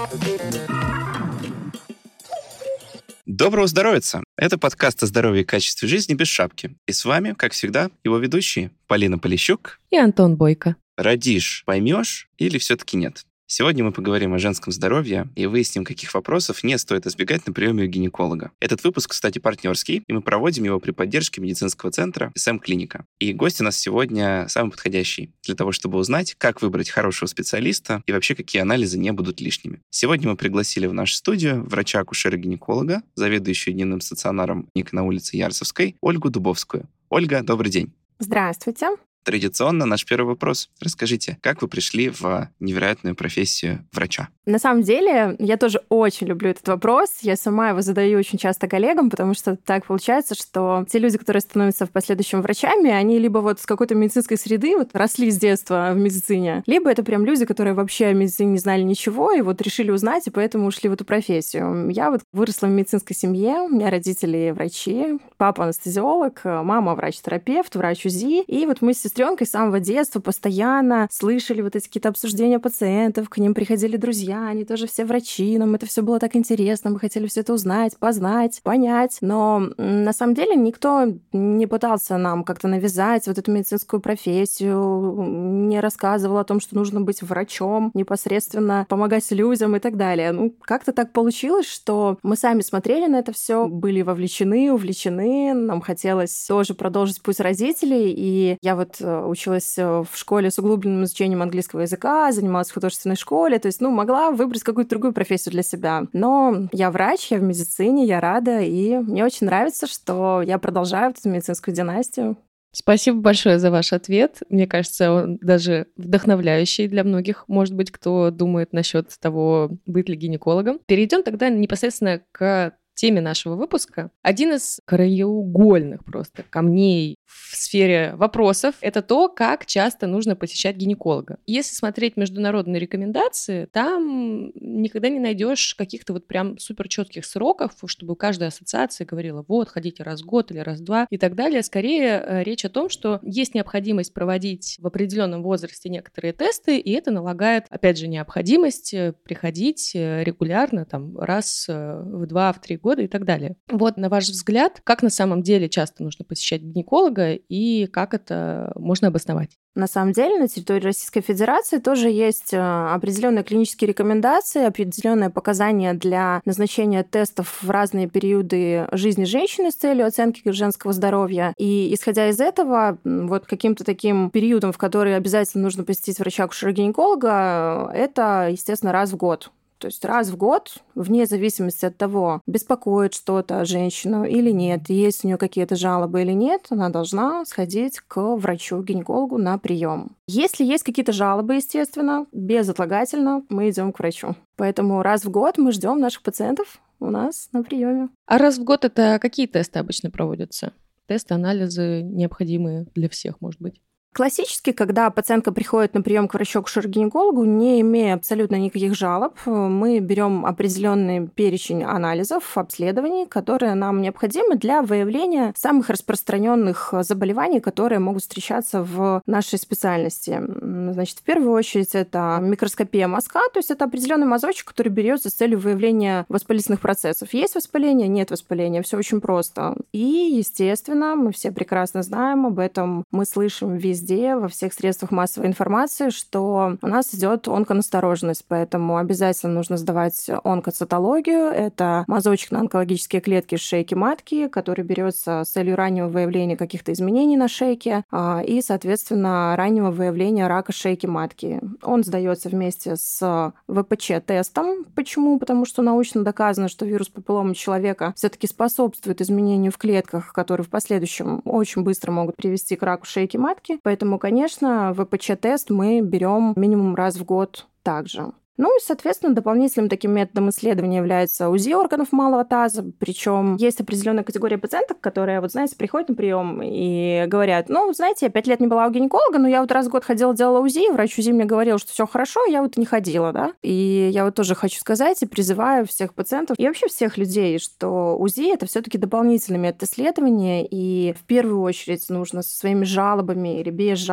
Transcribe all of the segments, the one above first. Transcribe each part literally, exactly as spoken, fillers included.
Доброго здоровица! Это подкаст о здоровье и качестве жизни без шапки. И с вами, как всегда, его ведущие Полина Полищук и Антон Бойко. Родишь, поймешь или все-таки нет? Сегодня мы поговорим о женском здоровье и выясним, каких вопросов не стоит избегать на приеме у гинеколога. Этот выпуск, кстати, партнерский, и мы проводим его при поддержке медицинского центра эс эм Клиника. И гость у нас сегодня самый подходящий для того, чтобы узнать, как выбрать хорошего специалиста и вообще какие анализы не будут лишними. Сегодня мы пригласили в нашу студию врача-акушера-гинеколога, заведующую дневным стационаром клиники на улице Ярцевской, Ольгу Дубовскую. Ольга, добрый день. Здравствуйте. Традиционно наш первый вопрос. Расскажите, как вы пришли в невероятную профессию врача? На самом деле, я тоже очень люблю этот вопрос. Я сама его задаю очень часто коллегам, потому что так получается, что те люди, которые становятся в последующем врачами, они либо вот с какой-то медицинской среды вот росли с детства в медицине, либо это прям люди, которые вообще о медицине не знали ничего и вот решили узнать, и поэтому ушли в эту профессию. Я вот выросла в медицинской семье, у меня родители врачи, папа анестезиолог, мама врач-терапевт, врач УЗИ, и вот мы с сестренкой с самого детства постоянно слышали вот эти какие-то обсуждения пациентов, к ним приходили друзья, они тоже все врачи, нам это все было так интересно, мы хотели все это узнать, познать, понять. Но на самом деле никто не пытался нам как-то навязать вот эту медицинскую профессию, не рассказывал о том, что нужно быть врачом, непосредственно помогать людям и так далее. Ну, как-то так получилось, что мы сами смотрели на это все, были вовлечены, увлечены, нам хотелось тоже продолжить путь родителей, и я вот училась в школе с углубленным изучением английского языка, занималась в художественной школе, то есть, ну, могла выбрать какую-то другую профессию для себя. Но я врач, я в медицине, я рада, и мне очень нравится, что я продолжаю эту медицинскую династию. Спасибо большое за ваш ответ. Мне кажется, он даже вдохновляющий для многих, может быть, кто думает насчет того, быть ли гинекологом. Перейдем тогда непосредственно к теме нашего выпуска. Один из краеугольных просто камней в сфере вопросов — это то, как часто нужно посещать гинеколога. Если смотреть международные рекомендации, там никогда не найдешь каких-то вот прям суперчетких сроков, чтобы каждая ассоциация говорила: вот, ходите раз в год или раз в два и так далее. Скорее, речь о том, что есть необходимость проводить в определенном возрасте некоторые тесты, и это налагает, опять же, необходимость приходить регулярно, там, раз в два, в три года и так далее. Вот, на ваш взгляд, как на самом деле часто нужно посещать гинеколога и как это можно обосновать? На самом деле на территории Российской Федерации тоже есть определенные клинические рекомендации, определенные показания для назначения тестов в разные периоды жизни женщины с целью оценки женского здоровья. И исходя из этого, вот каким-то таким периодом, в который обязательно нужно посетить врача-акушера-гинеколога, это, естественно, раз в год. То есть раз в год, вне зависимости от того, беспокоит что-то женщину или нет, есть у нее какие-то жалобы или нет, она должна сходить к врачу-гинекологу на прием. Если есть какие-то жалобы, естественно, безотлагательно мы идем к врачу. Поэтому раз в год мы ждем наших пациентов у нас на приеме. А раз в год это какие тесты обычно проводятся? Тесты, анализы необходимые для всех, может быть? Классически, когда пациентка приходит на прием к врачу-акушеру-гинекологу, не имея абсолютно никаких жалоб, мы берем определенный перечень анализов, обследований, которые нам необходимы для выявления самых распространенных заболеваний, которые могут встречаться в нашей специальности. Значит, в первую очередь это микроскопия мазка, то есть это определенный мазочек, который берется с целью выявления воспалительных процессов. Есть воспаление, нет воспаления, все очень просто. И, естественно, мы все прекрасно знаем об этом, мы слышим везде, везде, во всех средствах массовой информации, что у нас идет онконастороженность, поэтому обязательно нужно сдавать онкоцитологию. Это мазочек на онкологические клетки шейки матки, который берется с целью раннего выявления каких-то изменений на шейке и, соответственно, раннего выявления рака шейки матки. Он сдается вместе с вэ пэ че-тестом. Почему? Потому что научно доказано, что вирус папилломы человека все-таки способствует изменению в клетках, которые в последующем очень быстро могут привести к раку шейки матки. Поэтому, конечно, вэ пэ че-тест мы берем минимум раз в год также. Ну и, соответственно, дополнительным таким методом исследования является УЗИ органов малого таза. Причем есть определенная категория пациенток, которые, вот знаете, приходят на прием и говорят: ну, знаете, я пять лет не была у гинеколога, но я вот раз в год ходила, делала УЗИ, врач УЗИ мне говорил, что все хорошо, я вот не ходила, да. И я вот тоже хочу сказать и призываю всех пациентов и вообще всех людей, что УЗИ — это все-таки дополнительный метод исследования, и в первую очередь нужно со своими жалобами или без жалоб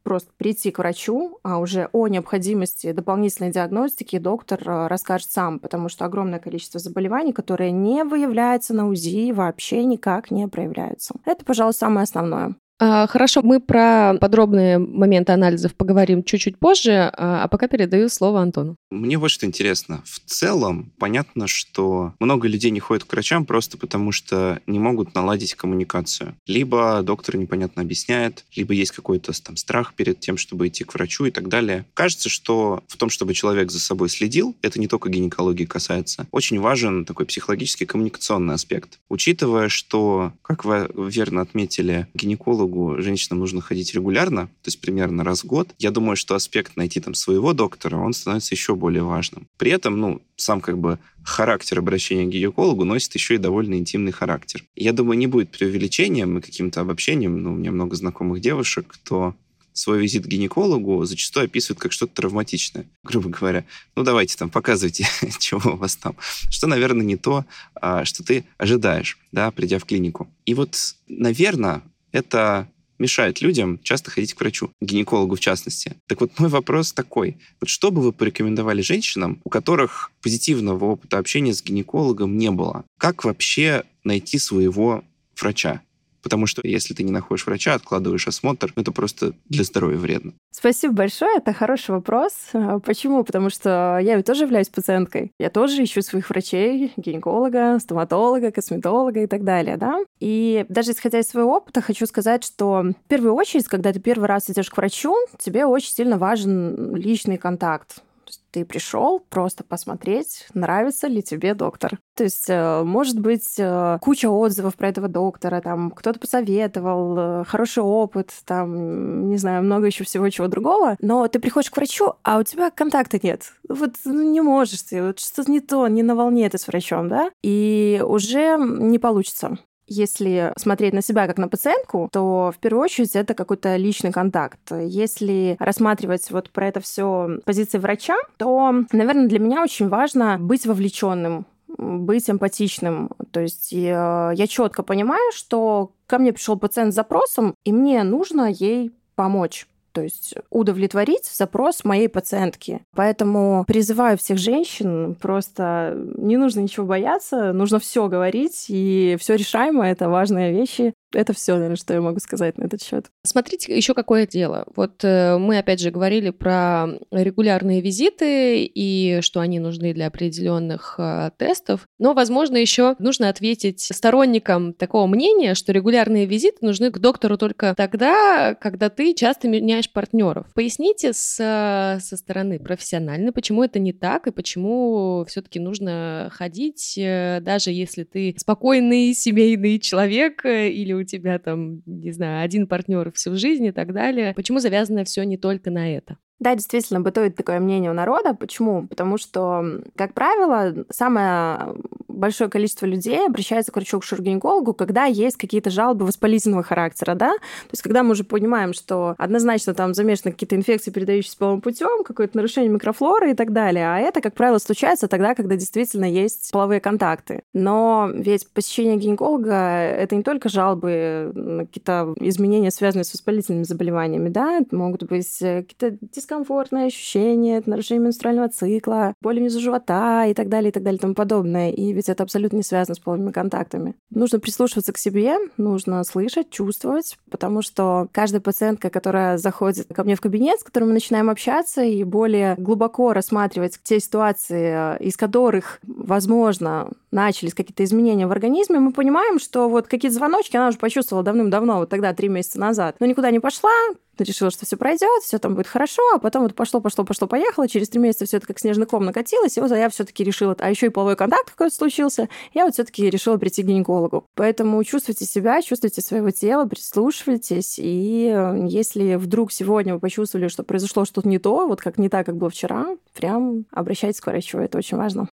просто прийти к врачу, а уже о необходимости дополнительной диагностики доктор расскажет сам, потому что огромное количество заболеваний, которые не выявляются на УЗИ, вообще никак не проявляются. Это, пожалуй, самое основное. Хорошо, мы про подробные моменты анализов поговорим чуть-чуть позже, а пока передаю слово Антону. Мне вот что интересно. В целом, понятно, что много людей не ходят к врачам просто потому, что не могут наладить коммуникацию. Либо доктор непонятно объясняет, либо есть какой-то там страх перед тем, чтобы идти к врачу и так далее. Кажется, что в том, чтобы человек за собой следил, это не только гинекологии касается, очень важен такой психологический коммуникационный аспект. Учитывая, что, как вы верно отметили, гинеколог женщинам нужно ходить регулярно, то есть примерно раз в год, я думаю, что аспект найти там своего доктора, он становится еще более важным. При этом, ну, сам как бы характер обращения к гинекологу носит еще и довольно интимный характер. Я думаю, не будет преувеличением и каким-то обобщением, ну, у меня много знакомых девушек, кто свой визит к гинекологу зачастую описывают как что-то травматичное. Грубо говоря, ну давайте там, показывайте, чего у вас там. Что, наверное, не то, что ты ожидаешь, да, придя в клинику. И вот, наверное, это мешает людям часто ходить к врачу, к гинекологу в частности. Так вот, мой вопрос такой. Вот что бы вы порекомендовали женщинам, у которых позитивного опыта общения с гинекологом не было? Как вообще найти своего врача? Потому что если ты не находишь врача, откладываешь осмотр, это просто для здоровья вредно. Спасибо большое, это хороший вопрос. Почему? Потому что я ведь тоже являюсь пациенткой. Я тоже ищу своих врачей, гинеколога, стоматолога, косметолога и так далее, да? И даже исходя из своего опыта, хочу сказать, что в первую очередь, когда ты первый раз идешь к врачу, тебе очень сильно важен личный контакт. Ты пришел просто посмотреть, нравится ли тебе доктор. То есть, может быть, куча отзывов про этого доктора, там кто-то посоветовал, хороший опыт, там, не знаю, много еще всего чего другого, но ты приходишь к врачу, а у тебя контакта нет. Вот ну, не можешь ты, вот что-то не то, не на волне ты с врачом, да, и уже не получится. Если смотреть на себя как на пациентку, то в первую очередь это какой-то личный контакт. Если рассматривать вот про это все с позиции врача, то, наверное, для меня очень важно быть вовлеченным, быть эмпатичным. То есть я четко понимаю, что ко мне пришел пациент с запросом, и мне нужно ей помочь. То есть удовлетворить запрос моей пациентки. Поэтому призываю всех женщин, просто не нужно ничего бояться, нужно все говорить, и все решаемо, это важные вещи. Это все, наверное, что я могу сказать на этот счет. Смотрите, еще какое дело. Вот э, мы опять же говорили про регулярные визиты и что они нужны для определенных э, тестов. Но, возможно, еще нужно ответить сторонникам такого мнения, что регулярные визиты нужны к доктору только тогда, когда ты часто меняешь партнеров. Поясните с, со стороны профессиональной, почему это не так и почему все-таки нужно ходить, э, даже если ты спокойный семейный человек или у тебя там, не знаю, один партнер всю жизнь и так далее. Почему завязано все не только на это? Да, действительно, бытует такое мнение у народа. Почему? Потому что, как правило, самое большое количество людей обращается к врачу-акушер-гинекологу, когда есть какие-то жалобы воспалительного характера, да? То есть, когда мы уже понимаем, что однозначно там замешаны какие-то инфекции, передающиеся половым путем, какое-то нарушение микрофлоры и так далее. А это, как правило, случается тогда, когда действительно есть половые контакты. Но ведь посещение гинеколога — это не только жалобы на какие-то изменения, связанные с воспалительными заболеваниями, да? Это могут быть какие-то дискомфортные ощущения, это нарушение менструального цикла, боли внизу живота и так далее, и так далее, и тому подобное. И ведь это абсолютно не связано с половыми контактами. Нужно прислушиваться к себе, нужно слышать, чувствовать, потому что каждая пациентка, которая заходит ко мне в кабинет, с которой мы начинаем общаться и более глубоко рассматривать те ситуации, из которых, возможно, начались какие-то изменения в организме, мы понимаем, что вот какие-то звоночки она уже почувствовала давным-давно, вот тогда, три месяца назад, но никуда не пошла, решила, что все пройдет, все там будет хорошо, а потом вот пошло, пошло, пошло, поехало, через три месяца все это как снежный ком накатилось, и вот я все-таки решила, а еще и половой контакт какой-то случился, я вот все-таки решила прийти к гинекологу. Поэтому чувствуйте себя, чувствуйте своего тела, прислушивайтесь, и если вдруг сегодня вы почувствовали, что произошло что-то не то, вот как не так, как было вчера, прям обращайтесь к врачу, это очень важно.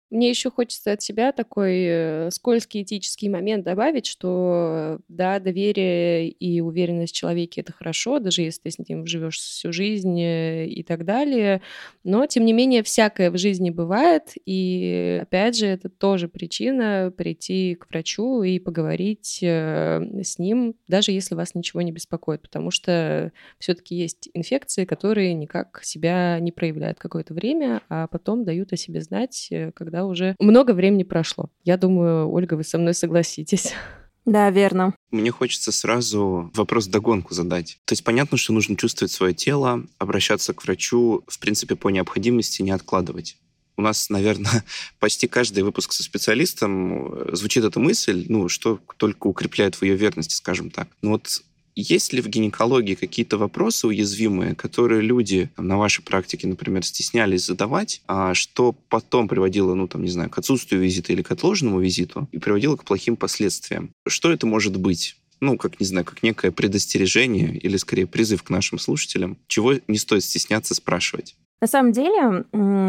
Мне еще хочется от себя такой э, скользкий этический момент добавить, что да, доверие и уверенность в человеке — это хорошо, даже если ты с ним живешь всю жизнь э, и так далее. Но, тем не менее, всякое в жизни бывает, и, опять же, это тоже причина прийти к врачу и поговорить э, с ним, даже если вас ничего не беспокоит, потому что все-таки есть инфекции, которые никак себя не проявляют какое-то время, а потом дают о себе знать, э, когда уже много времени прошло. Я думаю, Ольга, вы со мной согласитесь. Да, верно. Мне хочется сразу вопрос-догонку задать. То есть понятно, что нужно чувствовать свое тело, обращаться к врачу, в принципе, по необходимости, не откладывать. У нас, наверное, почти каждый выпуск со специалистом звучит эта мысль, ну, что только укрепляет в ее верности, скажем так. Но вот есть ли в гинекологии какие-то вопросы уязвимые, которые люди там, на вашей практике, например, стеснялись задавать, а что потом приводило, ну, там, не знаю, к отсутствию визита или к отложенному визиту и приводило к плохим последствиям? Что это может быть? Ну, как, не знаю, как некое предостережение или, скорее, призыв к нашим слушателям, чего не стоит стесняться спрашивать? На самом деле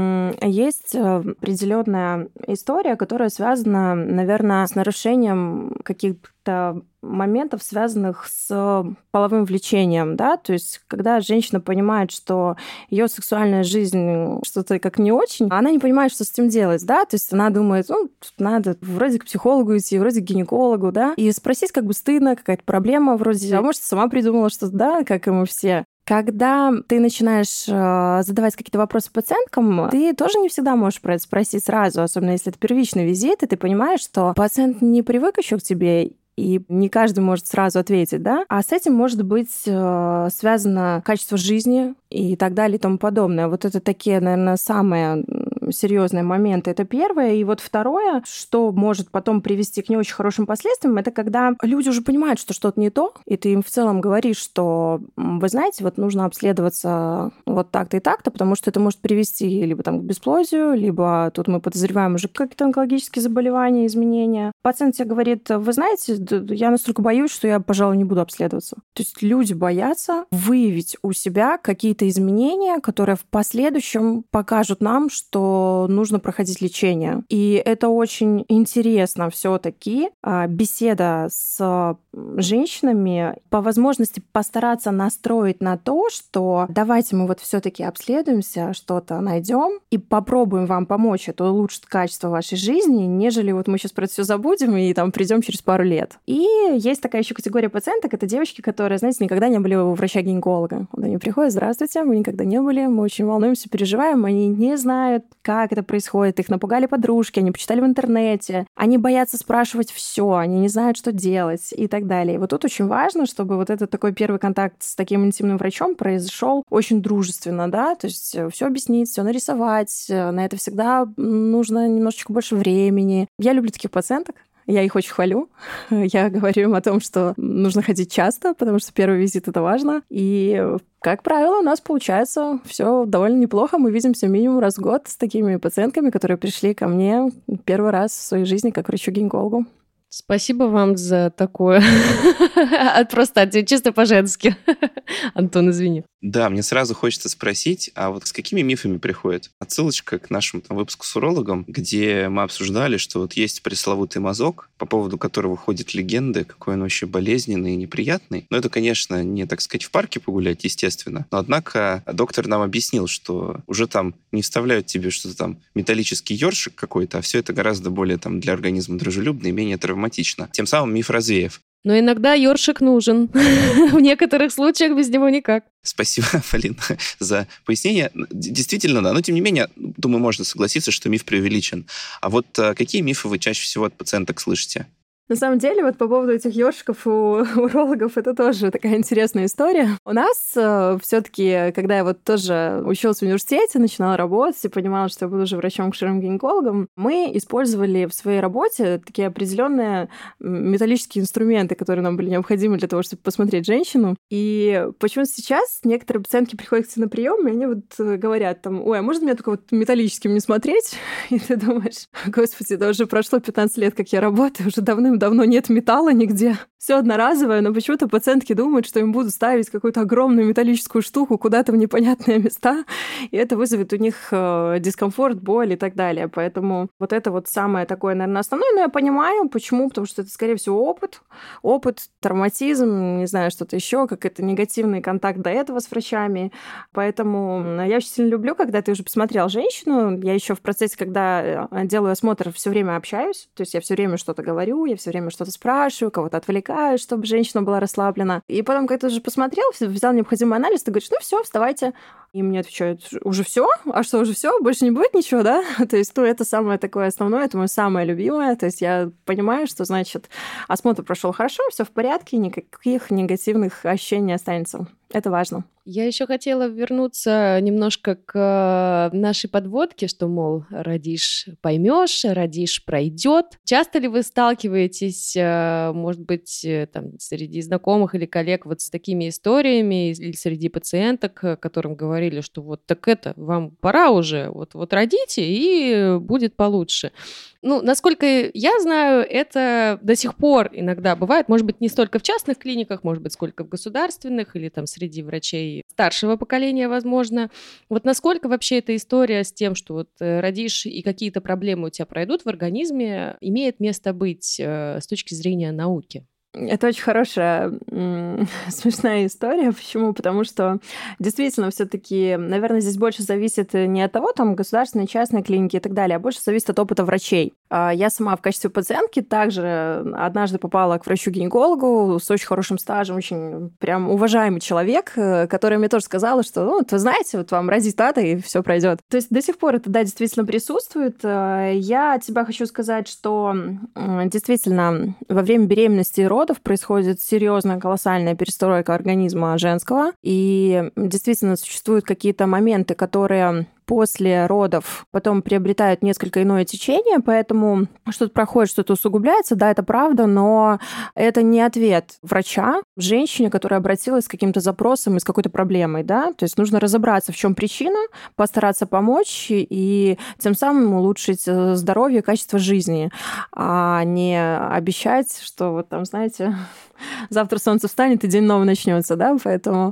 есть определенная история, которая связана, наверное, с нарушением каких-то моментов, связанных с половым влечением, да, то есть когда женщина понимает, что ее сексуальная жизнь что-то как не очень, она не понимает, что с этим делать, да, то есть она думает, ну, надо вроде к психологу идти, вроде к гинекологу, да, и спросить как бы стыдно, какая-то проблема вроде, а может, сама придумала что-то, да, как и мы все. Когда ты начинаешь э, задавать какие-то вопросы пациенткам, ты тоже не всегда можешь про это спросить сразу, особенно если это первичный визит, и ты понимаешь, что пациент не привык еще к тебе, и не каждый может сразу ответить, да? А с этим может быть э, связано качество жизни и так далее и тому подобное. Вот это такие, наверное, самые серьезные моменты. Это первое. И вот второе, что может потом привести к не очень хорошим последствиям, это когда люди уже понимают, что что-то не то, и ты им в целом говоришь, что, вы знаете, вот нужно обследоваться вот так-то и так-то, потому что это может привести либо там к бесплодию, либо тут мы подозреваем уже какие-то онкологические заболевания, изменения. Пациент тебе говорит, вы знаете, я настолько боюсь, что я, пожалуй, не буду обследоваться. То есть люди боятся выявить у себя какие-то изменения, которые в последующем покажут нам, что нужно проходить лечение. И это очень интересно все-таки. Беседа с женщинами, по возможности постараться настроить на то, что давайте мы вот все-таки обследуемся, что-то найдем и попробуем вам помочь. Это улучшит качество вашей жизни, нежели вот мы сейчас про это все забудем и там придем через пару лет. И есть такая еще категория пациенток, это девочки, которые, знаете, никогда не были у врача-гинеколога. Вот они приходят, здравствуйте, мы никогда не были, мы очень волнуемся, переживаем, они не знают, как это происходит, их напугали подружки, они почитали в интернете, они боятся спрашивать все, они не знают, что делать и так далее. И вот тут очень важно, чтобы вот этот такой первый контакт с таким интимным врачом произошел очень дружественно, да, то есть все объяснить, все нарисовать, на это всегда нужно немножечко больше времени. Я люблю таких пациенток. Я их очень хвалю. Я говорю им о том, что нужно ходить часто, потому что первый визит — это важно. И, как правило, у нас получается все довольно неплохо. Мы видимся минимум раз в год с такими пациентками, которые пришли ко мне первый раз в своей жизни как врачу-гинекологу. Спасибо вам за такое. Просто чисто по-женски. Антон, извини. Да, мне сразу хочется спросить, а вот с какими мифами приходит? Отсылочка к нашему там, выпуску с урологом, где мы обсуждали, что вот есть пресловутый мазок, по поводу которого ходят легенды, какой он вообще болезненный и неприятный. Но это, конечно, не, так сказать, в парке погулять, естественно. Но, однако, доктор нам объяснил, что уже там не вставляют тебе что-то там металлический ёршик какой-то, а все это гораздо более там для организма дружелюбно и менее травматично. Тем самым миф развеяв. Но иногда ёршик нужен. В некоторых случаях без него никак. Спасибо, Полина, за пояснение. Действительно, да. Но, тем не менее, думаю, можно согласиться, что миф преувеличен. А вот какие мифы вы чаще всего от пациенток слышите? На самом деле, вот по поводу этих ёршиков у урологов, это тоже такая интересная история. У нас э, все-таки, когда я вот тоже училась в университете, начинала работать и понимала, что я буду уже врачом-акушером-гинекологом, мы использовали в своей работе такие определенные металлические инструменты, которые нам были необходимы для того, чтобы посмотреть женщину. И почему-то сейчас некоторые пациентки приходят к тебе на прием, и они вот говорят там, ой, а можно меня только вот металлическим не смотреть? И ты думаешь, господи, это уже прошло пятнадцать лет, как я работаю, уже давным давным-давно нет металла нигде. Все одноразовое, но почему-то пациентки думают, что им будут ставить какую-то огромную металлическую штуку куда-то в непонятные места, и это вызовет у них дискомфорт, боль и так далее. Поэтому вот это вот самое такое, наверное, основное. Но я понимаю, почему, потому что это, скорее всего, опыт. Опыт, травматизм, не знаю, что-то еще, как это негативный контакт до этого с врачами. Поэтому я очень сильно люблю, когда ты уже посмотрел женщину. Я еще в процессе, когда делаю осмотр, все время общаюсь. То есть я все время что-то говорю, я все время что-то спрашиваю, кого-то отвлекаю, чтобы женщина была расслаблена. И потом, когда ты уже посмотрел, взял необходимый анализ, ты говоришь, ну все, вставайте. И мне отвечают, уже все? А что, уже все? Больше не будет ничего, да? То есть, ну, это самое такое основное, это мое самое любимое. То есть я понимаю, что, значит, осмотр прошел хорошо, все в порядке, никаких негативных ощущений не останется. Это важно. Я еще хотела вернуться немножко к нашей подводке, что, мол, родишь, поймешь, родишь, пройдет. Часто ли вы сталкиваетесь, может быть, там, среди знакомых или коллег вот с такими историями, или среди пациенток, которым говорили, что вот так это, вам пора уже, вот, вот родите, и будет получше. Ну, насколько я знаю, это до сих пор иногда бывает, может быть, не столько в частных клиниках, может быть, сколько в государственных или там среди врачей старшего поколения, возможно. Вот насколько вообще эта история с тем, что вот родишь и какие-то проблемы у тебя пройдут в организме, имеет место быть э, с точки зрения науки? Это очень хорошая, м- смешная история. Почему? Потому что действительно все-таки, наверное, здесь больше зависит не от того, там, государственные, частные клиники и так далее, а больше зависит от опыта врачей. Я сама в качестве пациентки также однажды попала к врачу-гинекологу с очень хорошим стажем, очень прям уважаемый человек, который мне тоже сказала, что, ну, вы знаете, вот вам родить надо, и все пройдет. То есть до сих пор это, да, действительно присутствует. Я от себя хочу сказать, что действительно во время беременности и родов происходит серьезная колоссальная перестройка организма женского, и действительно существуют какие-то моменты, которые после родов потом приобретают несколько иное течение, поэтому что-то проходит, что-то усугубляется, да, это правда, но это не ответ врача женщине, которая обратилась с каким-то запросом и с какой-то проблемой, да, то есть нужно разобраться, в чем причина, постараться помочь и тем самым улучшить здоровье, качество жизни, а не обещать, что вот там, знаете, завтра солнце встанет и день новый начнется, да, поэтому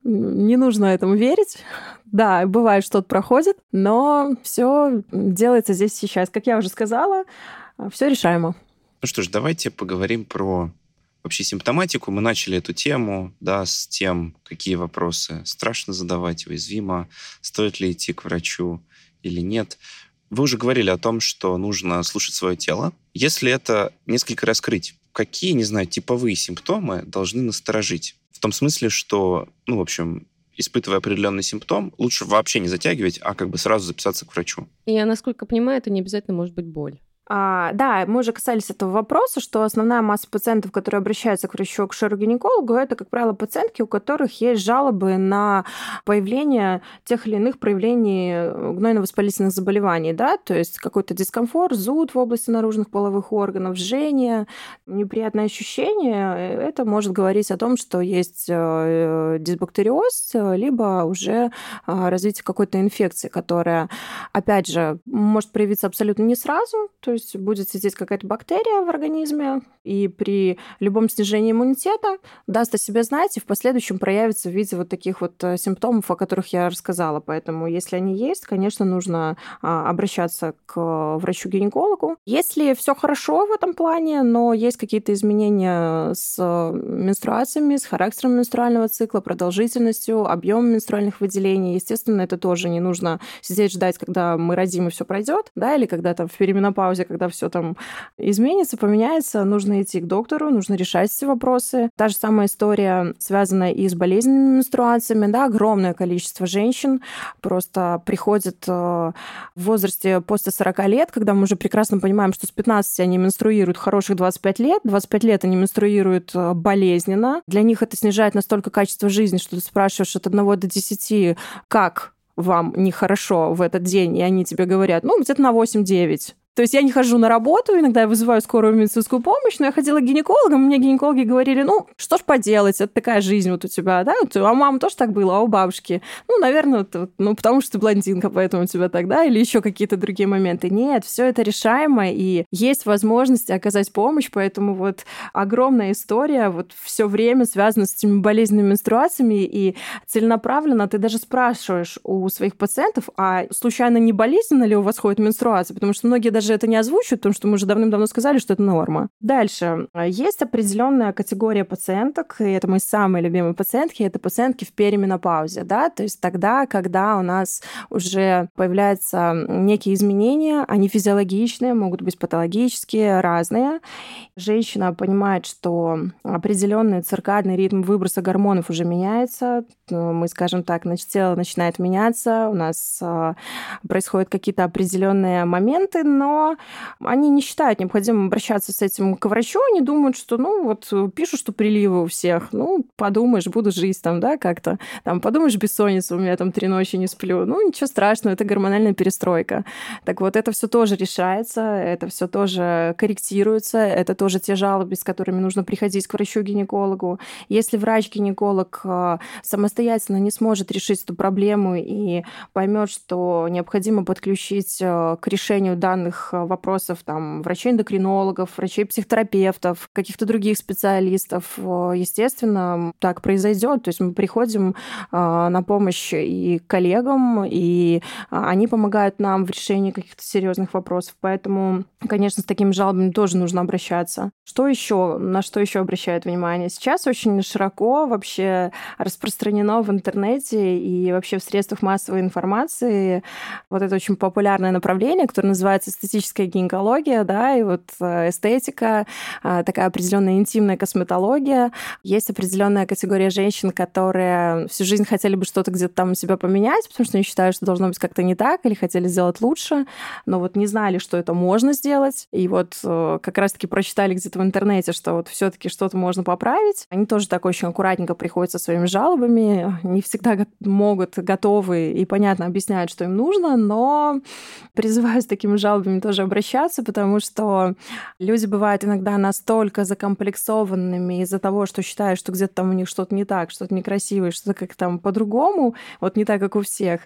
не нужно этому верить. Да, бывает, что-то проходит, но все делается здесь сейчас. Как я уже сказала, все решаемо. Ну что ж, давайте поговорим про вообще симптоматику. Мы начали эту тему, да, с тем, какие вопросы страшно задавать, уязвимо, стоит ли идти к врачу или нет. Вы уже говорили о том, что нужно слушать свое тело. Если это несколько раскрыть, какие, не знаю, типовые симптомы должны насторожить? В том смысле, что, ну, в общем, испытывая определенный симптом, лучше вообще не затягивать, а как бы сразу записаться к врачу. Я, насколько понимаю, это не обязательно может быть боль. А, да, мы уже касались этого вопроса, что основная масса пациентов, которые обращаются к врачу-акушеру-гинекологу, это, как правило, пациентки, у которых есть жалобы на появление тех или иных проявлений гнойно-воспалительных заболеваний, да, то есть какой-то дискомфорт, зуд в области наружных половых органов, жжение, неприятное ощущение. Это может говорить о том, что есть дисбактериоз, либо уже развитие какой-то инфекции, которая, опять же, может проявиться абсолютно не сразу, то есть будет сидеть какая-то бактерия в организме, и при любом снижении иммунитета даст о себе знать, и в последующем проявится в виде вот таких вот симптомов, о которых я рассказала. Поэтому, если они есть, конечно, нужно обращаться к врачу-гинекологу. Если все хорошо в этом плане, но есть какие-то изменения с менструациями, с характером менструального цикла, продолжительностью, объемом менструальных выделений, естественно, это тоже не нужно сидеть ждать, когда мы родим и все пройдет, да, или когда там в перименопаузе, когда все там изменится, поменяется, нужно идти к доктору, нужно решать эти вопросы. Та же самая история связана и с болезненными менструациями, да, огромное количество женщин просто приходит в возрасте после сорока лет, когда мы уже прекрасно понимаем, что с пятнадцати они менструируют хороших двадцать пять лет, двадцать пять лет они менструируют болезненно. Для них это снижает настолько качество жизни, что ты спрашиваешь от одного до десяти, как вам нехорошо в этот день, и они тебе говорят, ну, где-то на восемь-девять. То есть я не хожу на работу, иногда я вызываю скорую медицинскую помощь, но я ходила к гинекологам, мне гинекологи говорили, ну, что ж поделать, это такая жизнь вот у тебя, да? А у мамы тоже так было, а у бабушки? Ну, наверное, вот, ну, потому что ты блондинка, поэтому у тебя так, да? Или еще какие-то другие моменты. Нет, все это решаемо, и есть возможность оказать помощь, поэтому вот огромная история вот все время связана с этими болезненными менструациями, и целенаправленно ты даже спрашиваешь у своих пациентов, а случайно не болезненно ли у вас ходит менструация? Потому что многие даже это не озвучивают, потому что мы уже давным-давно сказали, что это норма. Дальше. Есть определенная категория пациенток, и это мои самые любимые пациентки, это пациентки в перименопаузе, да, то есть тогда, когда у нас уже появляются некие изменения, они физиологичные, могут быть патологические, разные. Женщина понимает, что определенный циркадный ритм выброса гормонов уже меняется, мы, скажем так, тело начинает меняться, у нас происходят какие-то определенные моменты, но они не считают необходимым обращаться с этим к врачу, они думают, что, ну, вот пишут, что приливы у всех, ну, подумаешь, буду жить там, да, как-то, там, подумаешь, бессонница, у меня там три ночи не сплю, ну, ничего страшного, это гормональная перестройка. Так вот, это все тоже решается, это все тоже корректируется, это тоже те жалобы, с которыми нужно приходить к врачу-гинекологу. Если врач-гинеколог самостоятельно не сможет решить эту проблему и поймет, что необходимо подключить к решению данных вопросов там, врачей-эндокринологов, врачей-психотерапевтов, каких-то других специалистов, естественно, так произойдет. То есть мы приходим на помощь и коллегам, и они помогают нам в решении каких-то серьезных вопросов. Поэтому, конечно, с такими жалобами тоже нужно обращаться. Что еще? На что еще обращают внимание? Сейчас очень широко вообще распространено в интернете и вообще в средствах массовой информации вот это очень популярное направление, которое называется эстетическая гинекология, да, и вот эстетика, такая определенная интимная косметология. Есть определенная категория женщин, которые всю жизнь хотели бы что-то где-то там у себя поменять, потому что они считают, что должно быть как-то не так, или хотели сделать лучше, но вот не знали, что это можно сделать. И вот как раз-таки прочитали где-то в интернете, что вот все-таки что-то можно поправить. Они тоже так очень аккуратненько приходят со своими жалобами, не всегда могут, готовы и понятно объясняют, что им нужно, но призываю с такими жалобами тоже обращаться, потому что люди бывают иногда настолько закомплексованными из-за того, что считают, что где-то там у них что-то не так, что-то некрасивое, что-то как там по-другому, вот не так, как у всех.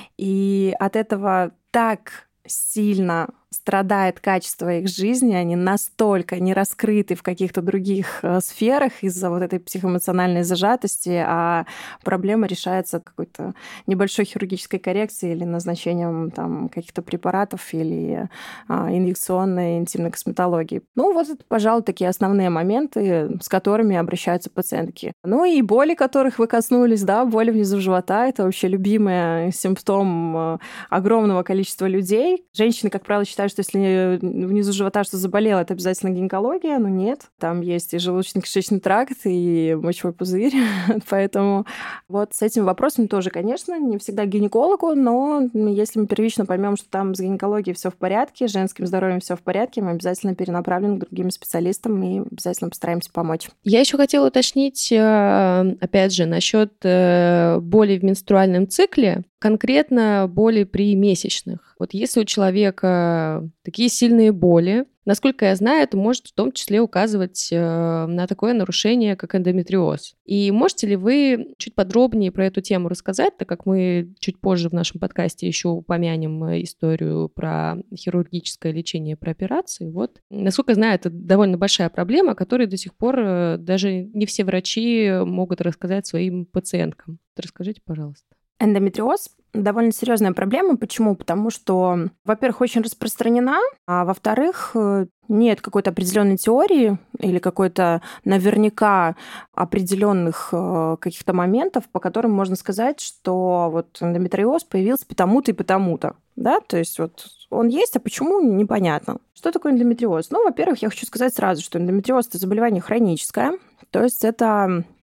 И от этого так сильно страдает качество их жизни, они настолько не раскрыты в каких-то других сферах из-за вот этой психоэмоциональной зажатости, а проблема решается какой-то небольшой хирургической коррекцией или назначением там, каких-то препаратов или а, инъекционной интимной косметологии. Ну, вот это, пожалуй, такие основные моменты, с которыми обращаются пациентки. Ну и боли, которых вы коснулись, да, боли внизу живота, это вообще любимый симптом огромного количества людей. Женщины, как правило, считают, что если внизу живота что заболело, это обязательно гинекология, но нет. Там есть и желудочно-кишечный тракт, и мочевой пузырь. Поэтому вот с этим вопросом тоже, конечно, не всегда к гинекологу, но если мы первично поймем, что там с гинекологией все в порядке, с женским здоровьем все в порядке, мы обязательно перенаправим к другим специалистам и обязательно постараемся помочь. Я еще хотела уточнить, опять же, насчет боли в менструальном цикле, конкретно боли при месячных. Вот если у человека такие сильные боли, насколько я знаю, это может в том числе указывать на такое нарушение, как эндометриоз. И можете ли вы чуть подробнее про эту тему рассказать, так как мы чуть позже в нашем подкасте еще упомянем историю про хирургическое лечение, про операции. Вот. Насколько я знаю, это довольно большая проблема, о которой до сих пор даже не все врачи могут рассказать своим пациенткам. Расскажите, пожалуйста. Эндометриоз – довольно серьезная проблема. Почему? Потому что, во-первых, очень распространена, а во-вторых, нет какой-то определенной теории или какой-то наверняка определенных каких-то моментов, по которым можно сказать, что вот эндометриоз появился потому-то и потому-то. Да? То есть вот он есть, а почему – непонятно. Что такое эндометриоз? Ну, во-первых, я хочу сказать сразу, что эндометриоз – это заболевание хроническое, то есть это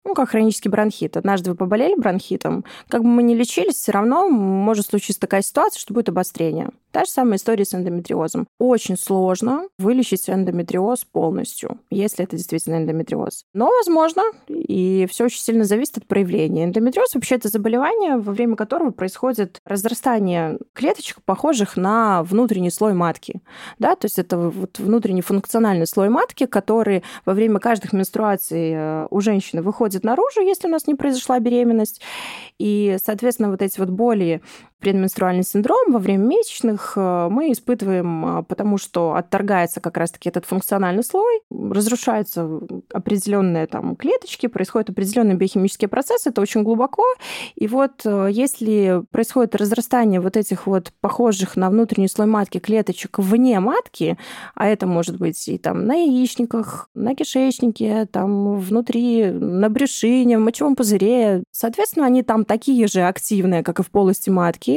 Ну, как хронический бронхит. Однажды вы поболели бронхитом, как бы мы ни лечились, все равно может случиться такая ситуация, что будет обострение. Та же самая история с эндометриозом. Очень сложно вылечить эндометриоз полностью, если это действительно эндометриоз. Но возможно, и все очень сильно зависит от проявления. Эндометриоз вообще это заболевание, во время которого происходит разрастание клеточек, похожих на внутренний слой матки. Да? То есть это вот внутренний функциональный слой матки, который во время каждых менструаций у женщины выходит наружу, если у нас не произошла беременность. И, соответственно, вот эти вот боли, предменструальный синдром во время месячных мы испытываем, потому что отторгается как раз-таки этот функциональный слой, разрушаются определенные там клеточки, происходят определенные биохимические процессы, это очень глубоко. И вот если происходит разрастание вот этих вот похожих на внутренний слой матки клеточек вне матки, а это может быть и там на яичниках, на кишечнике, там внутри, на брюшине, в мочевом пузыре, соответственно, они там такие же активные, как и в полости матки,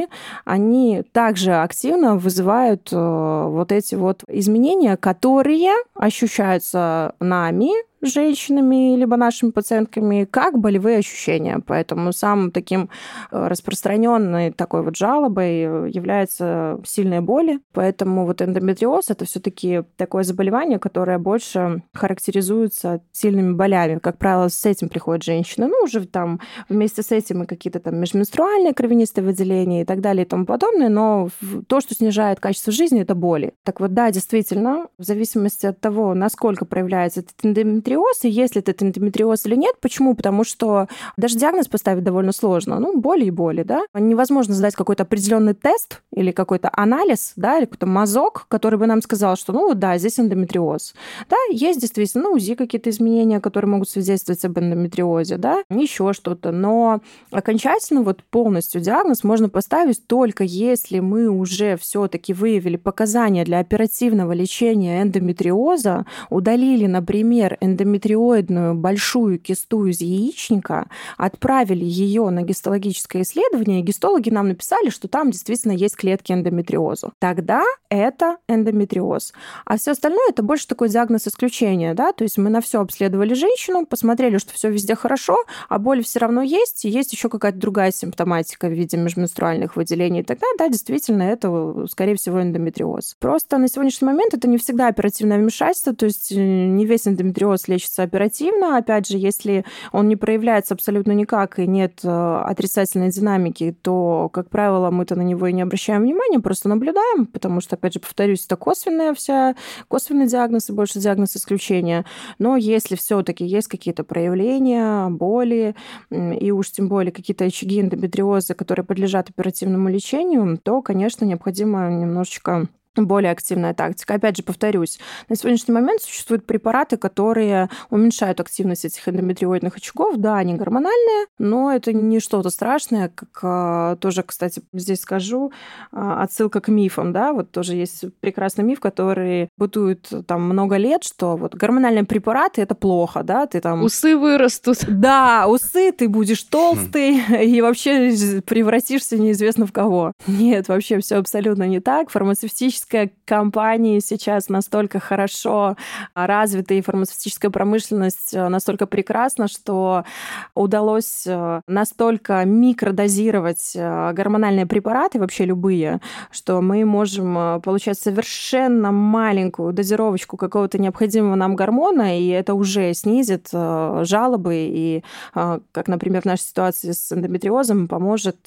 они также активно вызывают вот эти вот изменения, которые ощущаются нами, женщинами, либо нашими пациентками, как болевые ощущения. Поэтому самым таким распространенной такой вот жалобой является сильные боли. Поэтому вот эндометриоз — это все-таки такое заболевание, которое больше характеризуется сильными болями. Как правило, с этим приходят женщины. Ну, уже там вместе с этим и какие-то там межменструальные кровянистые выделения и так далее и тому подобное. Но то, что снижает качество жизни, это боли. Так вот, да, действительно, в зависимости от того, насколько проявляется этот эндометриоз, и есть ли этот эндометриоз или нет. Почему? Потому что даже диагноз поставить довольно сложно. Ну, боли и боли, да. Невозможно сдать какой-то определенный тест или какой-то анализ, да, или какой-то мазок, который бы нам сказал, что, ну, да, здесь эндометриоз. Да, есть действительно, ну, УЗИ какие-то изменения, которые могут свидетельствовать об эндометриозе, да, еще что-то. Но окончательно вот полностью диагноз можно поставить только если мы уже все-таки выявили показания для оперативного лечения эндометриоза, удалили, например, эндометриоз эндометриоидную большую кисту из яичника, отправили ее на гистологическое исследование, и гистологи нам написали, что там действительно есть клетки эндометриоза. Тогда это эндометриоз. А все остальное — это больше такой диагноз исключения, да, то есть мы на все обследовали женщину, посмотрели, что все везде хорошо, а боли все равно есть, и есть еще какая-то другая симптоматика в виде межменструальных выделений, и тогда, да, действительно, это, скорее всего, эндометриоз. Просто на сегодняшний момент это не всегда оперативное вмешательство, то есть не весь эндометриоз лечится оперативно. Опять же, если он не проявляется абсолютно никак и нет отрицательной динамики, то, как правило, мы-то на него и не обращаем внимания, просто наблюдаем, потому что, опять же, повторюсь, это косвенная вся, косвенный диагноз и больше диагноз исключения. Но если все-таки есть какие-то проявления, боли, и уж тем более какие-то очаги эндометриоза, которые подлежат оперативному лечению, то, конечно, необходимо немножечко более активная тактика. Опять же, повторюсь, на сегодняшний момент существуют препараты, которые уменьшают активность этих эндометриоидных очагов. Да, они гормональные, но это не что-то страшное, как тоже, кстати, здесь скажу, отсылка к мифам, да, вот тоже есть прекрасный миф, который бытует там много лет, что вот гормональные препараты — это плохо, да, ты там... Усы вырастут. Да, усы, ты будешь толстый и вообще превратишься неизвестно в кого. Нет, вообще все абсолютно не так. Фармацевтические компании сейчас настолько хорошо развиты, и фармацевтическая промышленность настолько прекрасна, что удалось настолько микродозировать гормональные препараты, вообще любые, что мы можем получать совершенно маленькую дозировочку какого-то необходимого нам гормона, и это уже снизит жалобы, и, как, например, в нашей ситуации с эндометриозом, поможет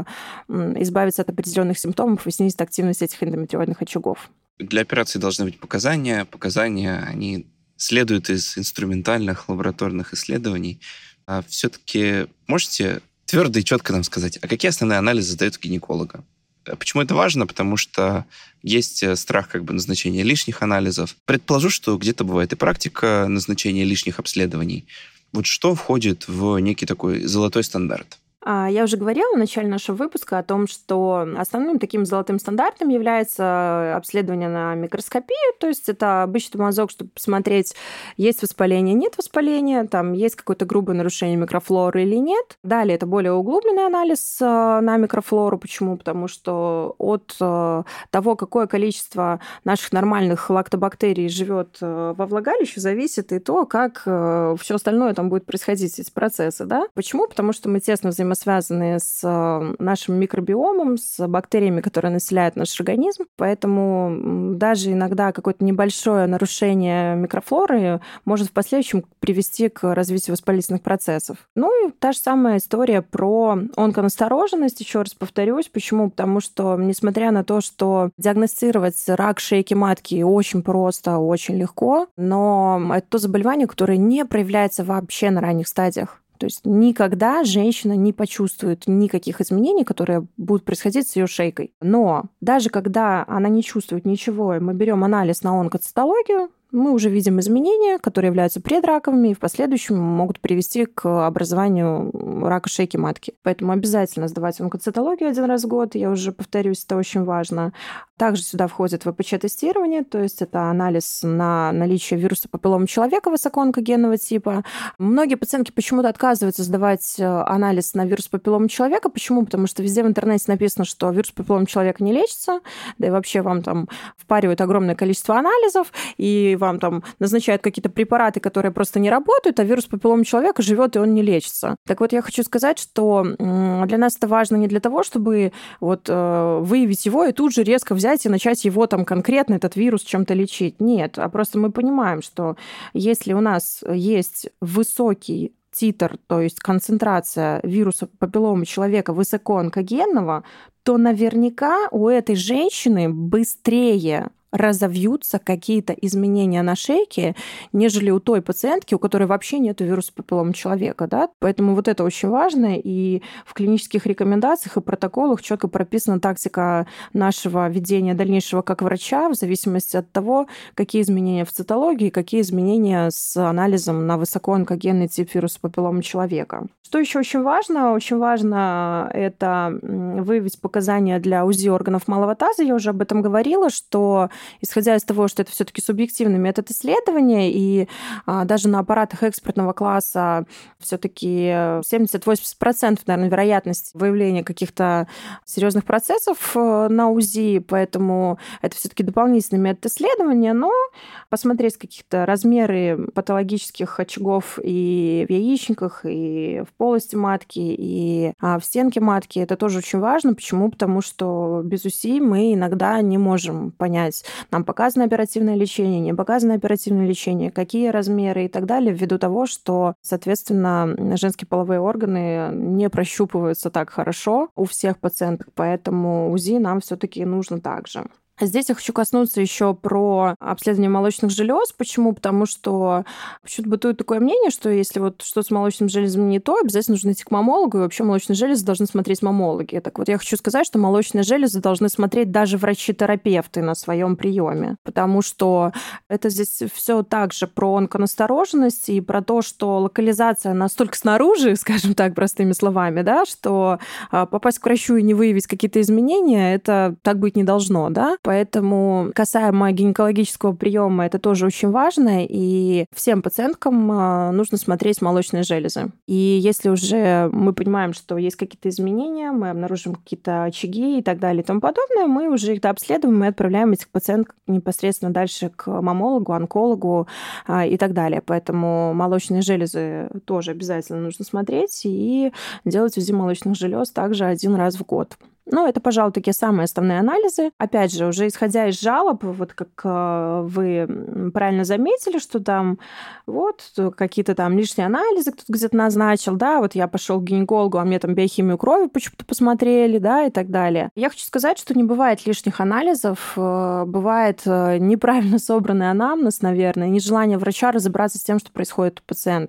избавиться от определенных симптомов и снизить активность этих эндометриоидных очагов. Для операции должны быть показания. Показания, они следуют из инструментальных лабораторных исследований. А все-таки можете твердо и четко нам сказать, а какие основные анализы сдают у гинеколога? Почему это важно? Потому что есть страх как бы назначения лишних анализов. Предположу, что где-то бывает и практика назначения лишних обследований. Вот что входит в некий такой золотой стандарт? А, Я уже говорила в начале нашего выпуска о том, что основным таким золотым стандартом является обследование на микроскопию, то есть это обычный мазок, чтобы посмотреть, есть воспаление, нет воспаления, там есть какое-то грубое нарушение микрофлоры или нет. Далее это более углубленный анализ на микрофлору. Почему? Потому что от того, какое количество наших нормальных лактобактерий живет во влагалище, зависит и то, как все остальное там будет происходить, эти процессы. Да? Почему? Потому что мы тесно взаимодействуем связанные с нашим микробиомом, с бактериями, которые населяют наш организм. Поэтому даже иногда какое-то небольшое нарушение микрофлоры может в последующем привести к развитию воспалительных процессов. Ну и та же самая история про онконастороженность. Еще раз повторюсь. Почему? Потому что, несмотря на то, что диагностировать рак шейки матки очень просто, очень легко, но это то заболевание, которое не проявляется вообще на ранних стадиях. То есть никогда женщина не почувствует никаких изменений, которые будут происходить с ее шейкой. Но даже когда она не чувствует ничего, и мы берем анализ на онкоцитологию, мы уже видим изменения, которые являются предраковыми и в последующем могут привести к образованию рака шейки матки. Поэтому обязательно сдавать онкоцитологию один раз в год. Я уже повторюсь, это очень важно. Также сюда входит вэ пэ че-тестирование, то есть это анализ на наличие вируса папиллома человека высокоонкогенного типа. Многие пациентки почему-то отказываются сдавать анализ на вирус папиллома человека. Почему? Потому что везде в интернете написано, что вирус папиллома человека не лечится, да и вообще вам там впаривают огромное количество анализов, и вам там назначают какие-то препараты, которые просто не работают, а вирус папиллома человека живет и он не лечится. Так вот, я хочу сказать, что для нас это важно не для того, чтобы вот выявить его и тут же резко взять и начать его там конкретно, этот вирус, чем-то лечить. Нет, а просто мы понимаем, что если у нас есть высокий титр, то есть концентрация вируса папиллома человека высокоонкогенного, то наверняка у этой женщины быстрее разовьются какие-то изменения на шейке, нежели у той пациентки, у которой вообще нет вируса папиллома человека. Да? Поэтому вот это очень важно. И в клинических рекомендациях и протоколах четко прописана тактика нашего ведения дальнейшего как врача в зависимости от того, какие изменения в цитологии, какие изменения с анализом на высокоонкогенный тип вируса папиллома человека. Что еще очень важно? Очень важно это выявить показания для УЗИ органов малого таза. Я уже об этом говорила, что исходя из того, что это все-таки субъективный метод исследования, и а, даже на аппаратах экспертного класса все-таки семьдесят-восемьдесят процентов, наверное, вероятность выявления каких-то серьезных процессов на УЗИ, поэтому это все-таки дополнительный метод исследования, но посмотреть каких-то размеры патологических очагов и в яичниках, и в полости матки, и в стенке матки, это тоже очень важно. Почему? Потому что без УЗИ мы иногда не можем понять, нам показано оперативное лечение, не показано оперативное лечение, какие размеры и так далее, ввиду того, что, соответственно, женские половые органы не прощупываются так хорошо у всех пациенток, поэтому УЗИ нам все-таки нужно также. Здесь я хочу коснуться еще про обследование молочных желез. Почему? Потому что почему-то бытует такое мнение, что если вот что-то с молочным железом не то, обязательно нужно идти к мамологу, и вообще молочные железы должны смотреть мамологи. Так вот, я хочу сказать, что молочные железы должны смотреть даже врачи-терапевты на своем приеме, потому что это здесь все также про онконастороженность и про то, что локализация настолько снаружи, скажем так, простыми словами, да, что попасть к врачу и не выявить какие-то изменения, это так быть не должно, да. Поэтому касаемо гинекологического приема, это тоже очень важно, и всем пациенткам нужно смотреть молочные железы. И если уже мы понимаем, что есть какие-то изменения, мы обнаружим какие-то очаги и так далее и тому подобное, мы уже их дообследуем и отправляем этих пациенток непосредственно дальше к мамологу, онкологу и так далее. Поэтому молочные железы тоже обязательно нужно смотреть и делать УЗИ молочных желез также один раз в год. Ну, это, пожалуй, такие самые основные анализы. Опять же, уже исходя из жалоб, вот как вы правильно заметили, что там вот какие-то там лишние анализы кто-то где-то назначил, да, вот я пошел к гинекологу, а мне там биохимию крови почему-то посмотрели, да, и так далее. Я хочу сказать, что не бывает лишних анализов, бывает неправильно собранный анамнез, наверное, нежелание врача разобраться с тем, что происходит у пациента.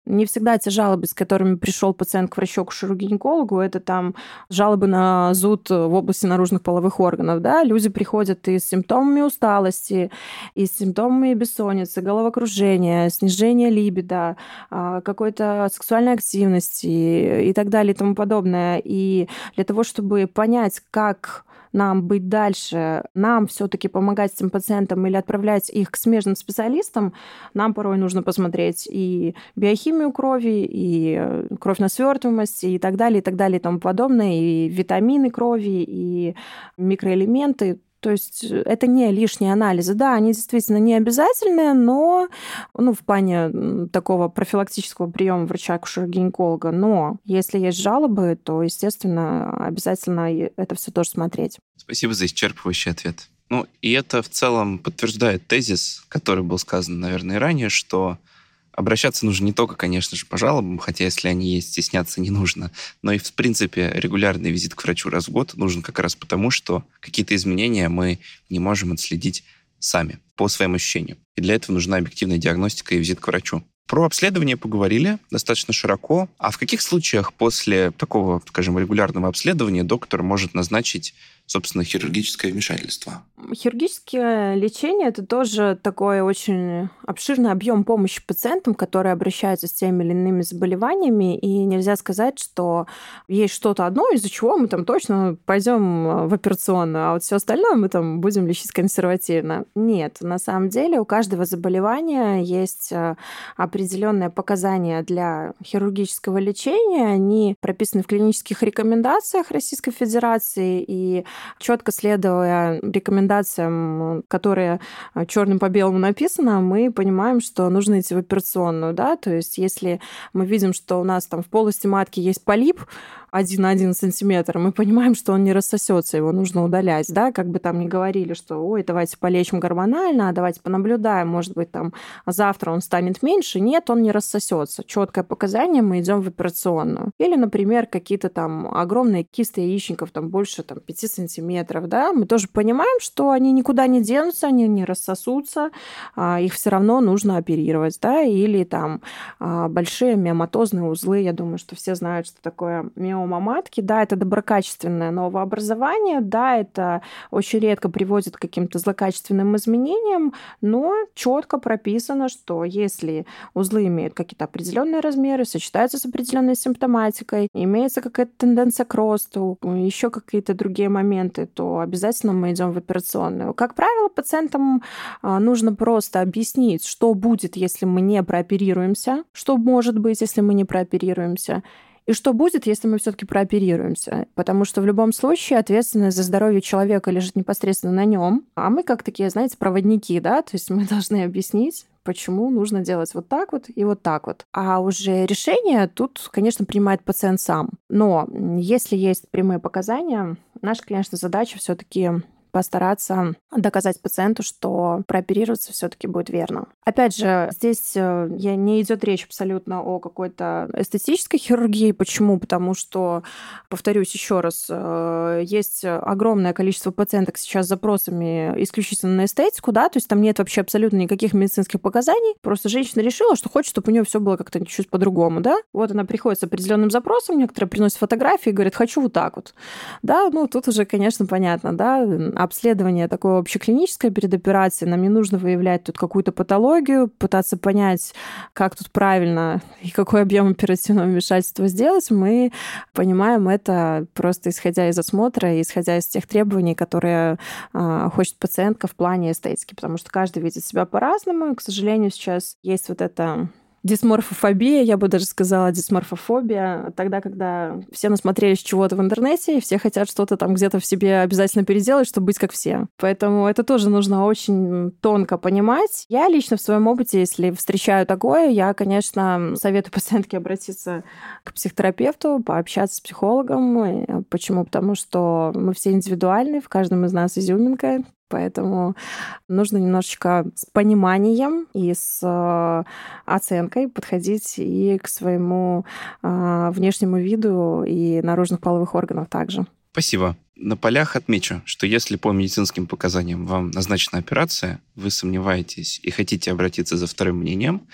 Не всегда те жалобы, с которыми пришел пациент к врачу-акушеру-гинекологу, это там жалобы на зуд в области наружных половых органов. Да? Люди приходят и с симптомами усталости, и с симптомами бессонницы, головокружения, снижения либидо, какой-то сексуальной активности и так далее и тому подобное. И для того, чтобы понять, как нам быть дальше, нам все-таки помогать этим пациентам или отправлять их к смежным специалистам, нам порой нужно посмотреть и биохимию крови, и кровь на свертываемость, и так далее, и так далее, и тому подобное, и витамины крови, и микроэлементы. То есть это не лишние анализы. Да, они действительно не обязательные, но ну, в плане такого профилактического приема врача-акушера-гинеколога. Но если есть жалобы, то, естественно, обязательно это все тоже смотреть. Спасибо за исчерпывающий ответ. Ну, и это в целом подтверждает тезис, который был сказан, наверное, ранее, что обращаться нужно не только, конечно же, по жалобам, хотя если они есть, стесняться не нужно, но и, в принципе, регулярный визит к врачу раз в год нужен как раз потому, что какие-то изменения мы не можем отследить сами, по своим ощущениям. И для этого нужна объективная диагностика и визит к врачу. Про обследование поговорили достаточно широко. А в каких случаях после такого, скажем, регулярного обследования доктор может назначить, собственно, хирургическое вмешательство? Хирургическое лечение – это тоже такой очень обширный объем помощи пациентам, которые обращаются с теми или иными заболеваниями, и нельзя сказать, что есть что-то одно, из-за чего мы там точно пойдем в операционную, а вот все остальное мы там будем лечить консервативно. Нет, на самом деле у каждого заболевания есть определенные показания для хирургического лечения, они прописаны в клинических рекомендациях Российской Федерации, и четко следуя рекомендациям, которые черным по белому написано, мы понимаем, что нужно идти в операционную. Да? То есть если мы видим, что у нас там в полости матки есть полип один на один сантиметр, мы понимаем, что он не рассосется, его нужно удалять. Да? Как бы там ни говорили, что ой, давайте полечим гормонально, а давайте понаблюдаем, может быть, там завтра он станет меньше. Нет, он не рассосется. Четкое показание, мы идем в операционную. Или, например, какие-то там огромные кисты яичников, там больше там, пяти сантиметров. Да? Мы тоже понимаем, что они никуда не денутся, они не рассосутся, их все равно нужно оперировать. Да? Или там большие миоматозные узлы. Я думаю, что все знают, что такое миома матки. Да, это доброкачественное новообразование, да, это очень редко приводит к каким-то злокачественным изменениям, но четко прописано, что если узлы имеют какие-то определенные размеры, сочетаются с определенной симптоматикой, имеется какая-то тенденция к росту, еще какие-то другие моменты, то обязательно мы идем в операционную. Как правило, пациентам нужно просто объяснить, что будет, если мы не прооперируемся, что может быть, если мы не прооперируемся, и что будет, если мы все-таки прооперируемся? Потому что в любом случае ответственность за здоровье человека лежит непосредственно на нем, а мы как такие, знаете, проводники, да, то есть мы должны объяснить, почему нужно делать вот так вот и вот так вот. А уже решение тут, конечно, принимает пациент сам. Но если есть прямые показания, наша, конечно, задача все-таки постараться доказать пациенту, что прооперироваться все-таки будет верно. Опять же, здесь не идет речь абсолютно о какой-то эстетической хирургии. Почему? Потому что, повторюсь еще раз, есть огромное количество пациенток сейчас с запросами исключительно на эстетику, да, то есть там нет вообще абсолютно никаких медицинских показаний. Просто женщина решила, что хочет, чтобы у нее все было как-то чуть по-другому, да. Вот она приходит с определенным запросом, некоторые приносят фотографии и говорят, хочу вот так вот. Да, ну тут уже, конечно, понятно, да, обследование такое общеклиническое перед операцией, нам не нужно выявлять тут какую-то патологию, пытаться понять, как тут правильно и какой объем оперативного вмешательства сделать. Мы понимаем это просто исходя из осмотра и исходя из тех требований, которые э, хочет пациентка в плане эстетики, потому что каждый видит себя по-разному. И, к сожалению, сейчас есть вот это... дисморфофобия, я бы даже сказала дисморфофобия, тогда, когда все насмотрелись чего-то в интернете, и все хотят что-то там где-то в себе обязательно переделать, чтобы быть как все. Поэтому это тоже нужно очень тонко понимать. Я лично в своем опыте, если встречаю такое, я, конечно, советую пациентке обратиться к психотерапевту, пообщаться с психологом. Почему? Потому что мы все индивидуальны, в каждом из нас изюминка. Поэтому нужно немножечко с пониманием и с э, оценкой подходить и к своему э, внешнему виду и наружных половых органов также. Спасибо. На полях отмечу, что если по медицинским показаниям вам назначена операция, вы сомневаетесь и хотите обратиться за вторым мнением,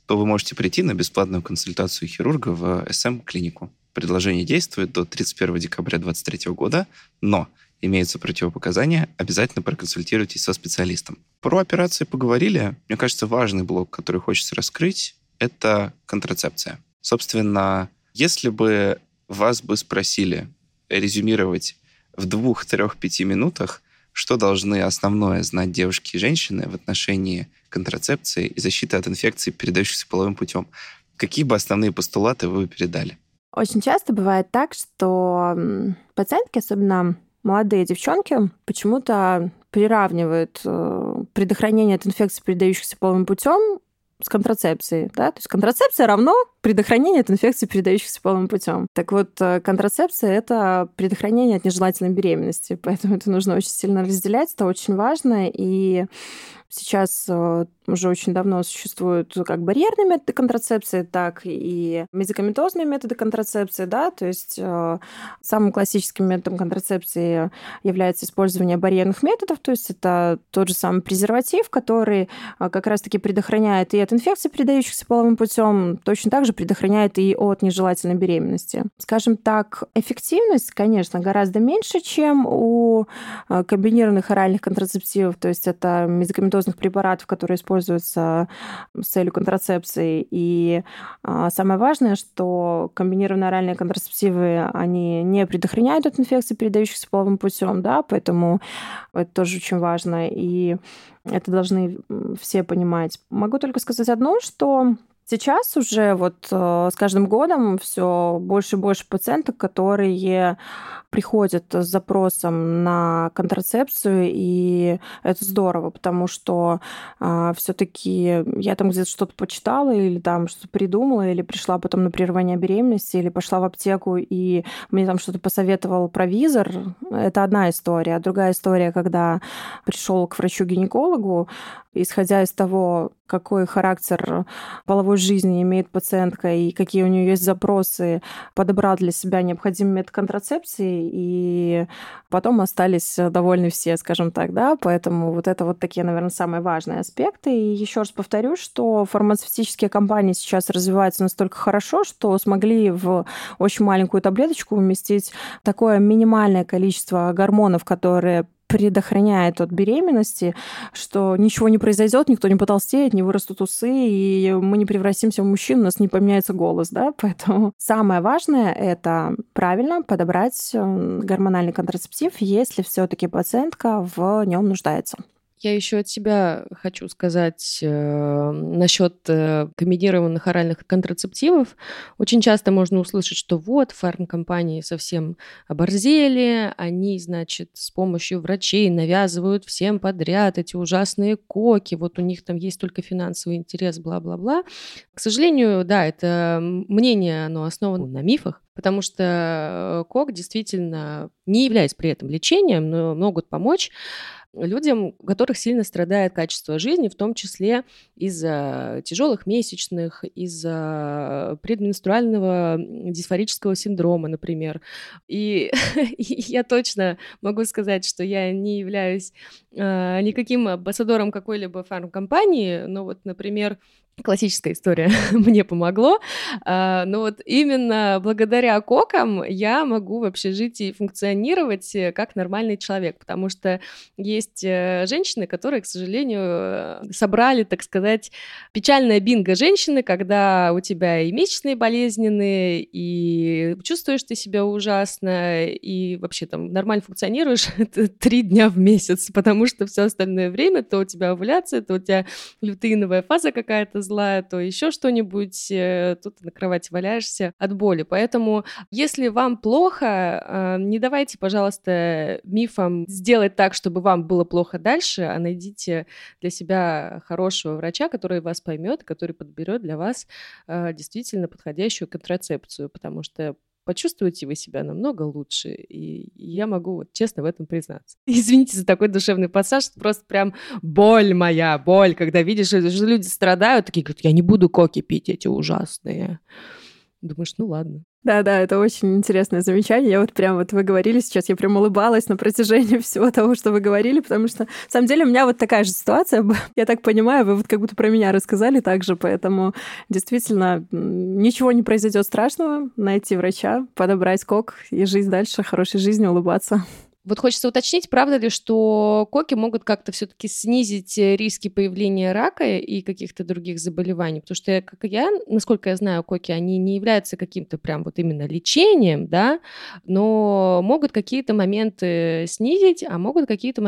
то вы можете прийти на бесплатную консультацию хирурга в эс эм-клинику. Предложение действует до тридцать первого декабря две тысячи двадцать третьего года, но имеются противопоказания, обязательно проконсультируйтесь со специалистом. Про операции поговорили. Мне кажется, важный блок, который хочется раскрыть, это контрацепция. Собственно, если бы вас бы спросили резюмировать в двух, трех, пяти минутах, что должны основное знать девушки и женщины в отношении контрацепции и защиты от инфекций, передающихся половым путем, какие бы основные постулаты вы бы передали? Очень часто бывает так, что пациентки, особенно молодые девчонки, почему-то приравнивают предохранение от инфекций, передающихся половым путем, с контрацепцией, да, то есть контрацепция равно предохранение от инфекций, передающихся половым путем. Так вот, контрацепция — это предохранение от нежелательной беременности, поэтому это нужно очень сильно разделять, это очень важно, и сейчас уже очень давно существуют как барьерные методы контрацепции, так и медикаментозные методы контрацепции, да, то есть самым классическим методом контрацепции является использование барьерных методов, то есть это тот же самый презерватив, который как раз-таки предохраняет и от инфекций, передающихся половым путем, точно так же предохраняет и от нежелательной беременности. Скажем так, эффективность, конечно, гораздо меньше, чем у комбинированных оральных контрацептивов, то есть это медикаментозных препаратов, которые используются с целью контрацепции. И самое важное, что комбинированные оральные контрацептивы, они не предохраняют от инфекций, передающихся половым путем, да, поэтому это тоже очень важно, и это должны все понимать. Могу только сказать одно, что сейчас уже вот с каждым годом все больше и больше пациенток, которые приходят с запросом на контрацепцию, и это здорово, потому что а, все-таки я там где-то что-то почитала или там что-то придумала, или пришла потом на прерывание беременности, или пошла в аптеку, и мне там что-то посоветовал провизор. Это одна история. А другая история, когда пришел к врачу-гинекологу, исходя из того, какой характер половой жизни имеет пациентка и какие у нее есть запросы, подобрал для себя необходимый метод контрацепции, и потом остались довольны все, скажем так, да, поэтому вот это вот такие, наверное, самые важные аспекты. И еще раз повторю, что фармацевтические компании сейчас развиваются настолько хорошо, что смогли в очень маленькую таблеточку уместить такое минимальное количество гормонов, которые предохраняет от беременности, что ничего не произойдет, никто не потолстеет, не вырастут усы, и мы не превратимся в мужчин, у нас не поменяется голос, да, поэтому самое важное — это правильно подобрать гормональный контрацептив, если все-таки пациентка в нем нуждается. Я еще от себя хочу сказать э, насчет э, комбинированных оральных контрацептивов. Очень часто можно услышать, что вот фармкомпании совсем оборзели, они, значит, с помощью врачей навязывают всем подряд эти ужасные коки, вот у них там есть только финансовый интерес, бла-бла-бла. К сожалению, да, это мнение, оно основано на мифах, потому что кок действительно не является при этом лечением, но могут помочь людям, у которых сильно страдает качество жизни, в том числе из-за тяжелых месячных, из-за предменструального дисфорического синдрома, например. И я точно могу сказать, что я не являюсь э, никаким амбассадором какой-либо фармкомпании, но вот, например, классическая история мне помогло, но вот именно благодаря кокам я могу вообще жить и функционировать как нормальный человек, потому что есть женщины, которые, к сожалению, собрали, так сказать, печальное бинго женщины, когда у тебя и месячные болезненные, и чувствуешь ты себя ужасно, и вообще там нормально функционируешь три дня в месяц, потому что все остальное время то у тебя овуляция, то у тебя лютеиновая фаза какая-то злая, то еще что-нибудь, тут на кровати валяешься от боли. Поэтому, если вам плохо, не давайте, пожалуйста, мифам сделать так, чтобы вам было плохо дальше, а найдите для себя хорошего врача, который вас поймет, который подберет для вас действительно подходящую контрацепцию, потому что почувствуете вы себя намного лучше, и я могу вот честно в этом признаться. Извините за такой душевный пассаж, просто прям боль моя, боль, когда видишь, что люди страдают, такие говорят, я не буду коки пить эти ужасные. Думаешь, ну ладно. Да-да, это очень интересное замечание. Я вот прям вот вы говорили сейчас, я прям улыбалась на протяжении всего того, что вы говорили, потому что, на самом деле, у меня вот такая же ситуация. Я так понимаю, вы вот как будто про меня рассказали также, поэтому действительно ничего не произойдет страшного. Найти врача, подобрать кок и жить дальше хорошей жизнью, улыбаться. Вот хочется уточнить, правда ли, что коки могут как-то все-таки снизить риски появления рака и каких-то других заболеваний? Потому что, как я, насколько я знаю, коки, они не являются каким-то прям вот именно лечением, да, но могут какие-то моменты снизить, а могут какие-то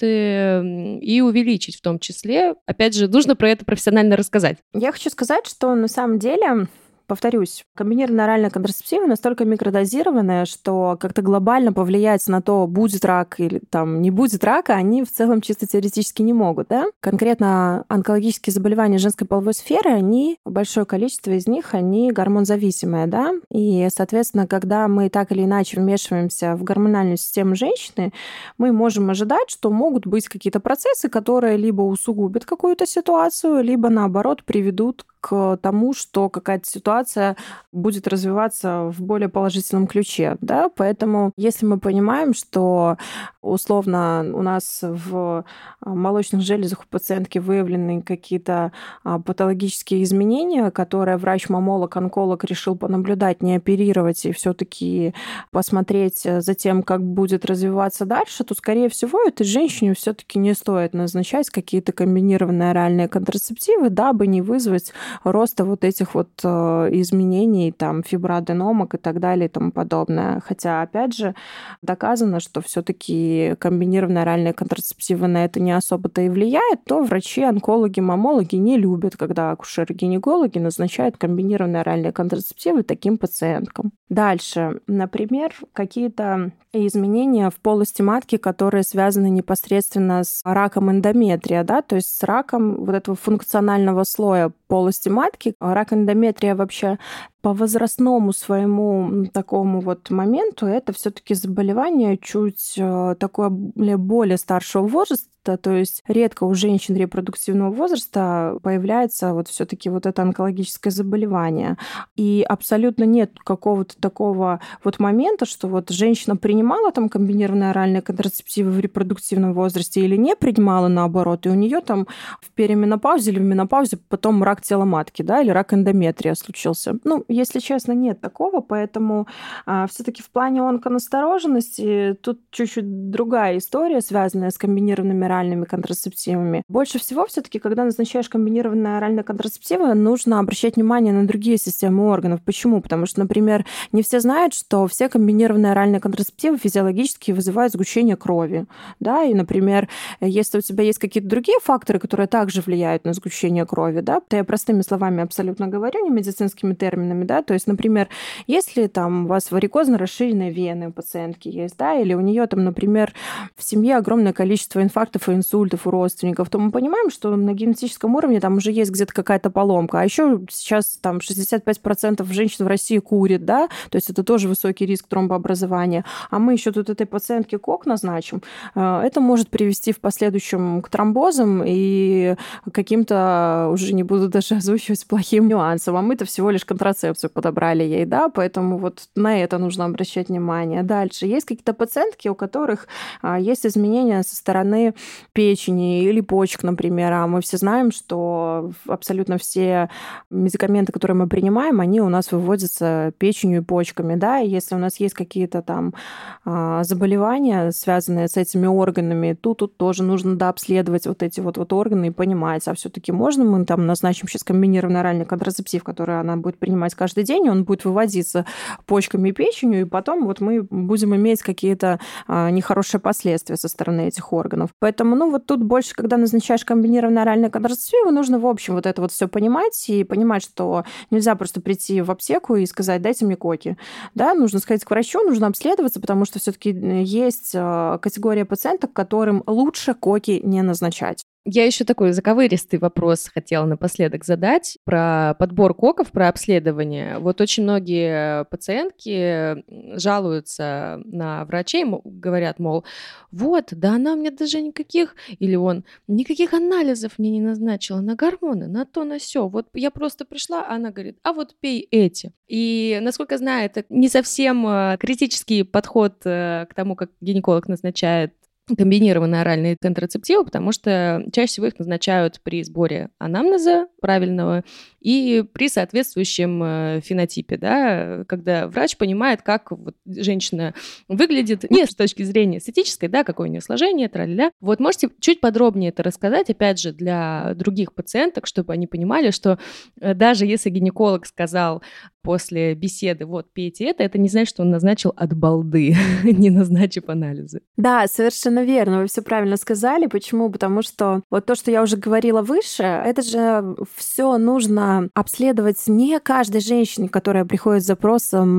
моменты и увеличить в том числе. Опять же, нужно про это профессионально рассказать. Я хочу сказать, что на самом деле... Повторюсь, комбинированная оральная контрацептива настолько микродозированная, что как-то глобально повлиять на то, будет рак или там не будет рака, они в целом чисто теоретически не могут. Да? Конкретно онкологические заболевания женской половой сферы, они, большое количество из них, они гормонзависимые. Да? И, соответственно, когда мы так или иначе вмешиваемся в гормональную систему женщины, мы можем ожидать, что могут быть какие-то процессы, которые либо усугубят какую-то ситуацию, либо, наоборот, приведут к тому, что какая-то ситуация будет развиваться в более положительном ключе. Да? Поэтому если мы понимаем, что условно у нас в молочных железах у пациентки выявлены какие-то патологические изменения, которые врач-мамолог, онколог решил понаблюдать, не оперировать и все-таки посмотреть за тем, как будет развиваться дальше, то, скорее всего, этой женщине все-таки не стоит назначать какие-то комбинированные оральные контрацептивы, дабы не вызвать роста вот этих вот изменений, там, фиброаденомок и так далее и тому подобное. Хотя, опять же, доказано, что все-таки комбинированные оральные контрацептивы на это не особо-то и влияет, то врачи, онкологи, мамологи не любят, когда акушеры-гинекологи назначают комбинированные оральные контрацептивы таким пациенткам. Дальше, например, какие-то изменения в полости матки, которые связаны непосредственно с раком эндометрия, да, то есть с раком вот этого функционального слоя полости матки. Рак эндометрия вообще по возрастному своему такому вот моменту это все-таки заболевание чуть такое более старшего возраста, то есть редко у женщин репродуктивного возраста появляется вот все-таки вот это онкологическое заболевание. И абсолютно нет какого-то такого вот момента, что вот женщина принимала там комбинированные оральные контрацептивы в репродуктивном возрасте или не принимала, наоборот, и у нее там в перименопаузе или в менопаузе потом рак тела матки, да, или рак эндометрия случился. Ну, если честно, нет такого, поэтому а, все-таки в плане онконастороженности тут чуть-чуть другая история, связанная с комбинированными оральными контрацептивами. Больше всего все-таки, когда назначаешь комбинированные оральные контрацептивы, нужно обращать внимание на другие системы органов. Почему? Потому что, например, не все знают, что все комбинированные оральные контрацептивы физиологически вызывают сгущение крови. Да? И, например, если у тебя есть какие-то другие факторы, которые также влияют на сгущение крови, да, то я простыми словами абсолютно говорю, не медицинскими терминами, да, то есть, например, если там у вас варикозно расширенные вены у пациентки есть, да, или у нее там, например, в семье огромное количество инфарктов и инсультов у родственников, то мы понимаем, что на генетическом уровне там уже есть где-то какая-то поломка. А еще сейчас там шестьдесят пять процентов женщин в России курит, да, то есть это тоже высокий риск тромбообразования. А мы еще тут этой пациентке кок назначим. Это может привести в последующем к тромбозам и каким-то, уже не буду даже озвучивать, плохим нюансам. А мы-то всего лишь контрацепцию подобрали ей, да, поэтому вот на это нужно обращать внимание. Дальше. Есть какие-то пациентки, у которых есть изменения со стороны печени или почек, например. А мы все знаем, что абсолютно все медикаменты, которые мы принимаем, они у нас выводятся печенью и почками, да, и если у нас есть какие-то там заболевания, связанные с этими органами, то тут тоже нужно дообследовать вот эти вот, вот органы и понимать, а все-таки можно мы там назначим сейчас комбинированный оральный контрацептив, который она будет принимать каждый день, и он будет выводиться почками и печенью, и потом вот мы будем иметь какие-то нехорошие последствия со стороны этих органов. Поэтому, ну, вот тут больше, когда назначаешь комбинированные оральные контрацептивы, нужно, в общем, вот это вот все понимать и понимать, что нельзя просто прийти в аптеку и сказать: дайте мне коки. Да, нужно сходить к врачу, нужно обследоваться, потому что все-таки есть категория пациенток, которым лучше коки не назначать. Я еще такой заковыристый вопрос хотела напоследок задать про подбор коков, про обследование. Вот очень многие пациентки жалуются на врачей, говорят, мол, вот, да она мне даже никаких, или он, никаких анализов мне не назначила на гормоны, на то, на сё. Вот я просто пришла, а она говорит, а вот пей эти. И, насколько я знаю, это не совсем критический подход к тому, как гинеколог назначает комбинированные оральные контрацептивы, потому что чаще всего их назначают при сборе анамнеза правильного и при соответствующем фенотипе, да, когда врач понимает, как вот женщина выглядит не с точки зрения эстетической, да, какое у нее сложение, тра-ля-ля. Вот можете чуть подробнее это рассказать, опять же, для других пациенток, чтобы они понимали, что даже если гинеколог сказал после беседы, вот, пейте это, это не значит, что он назначил от балды, не назначив анализы. Да, совершенно верно, вы все правильно сказали. Почему? Потому что вот то, что я уже говорила выше, это же все нужно обследовать не каждой женщине, которая приходит с запросом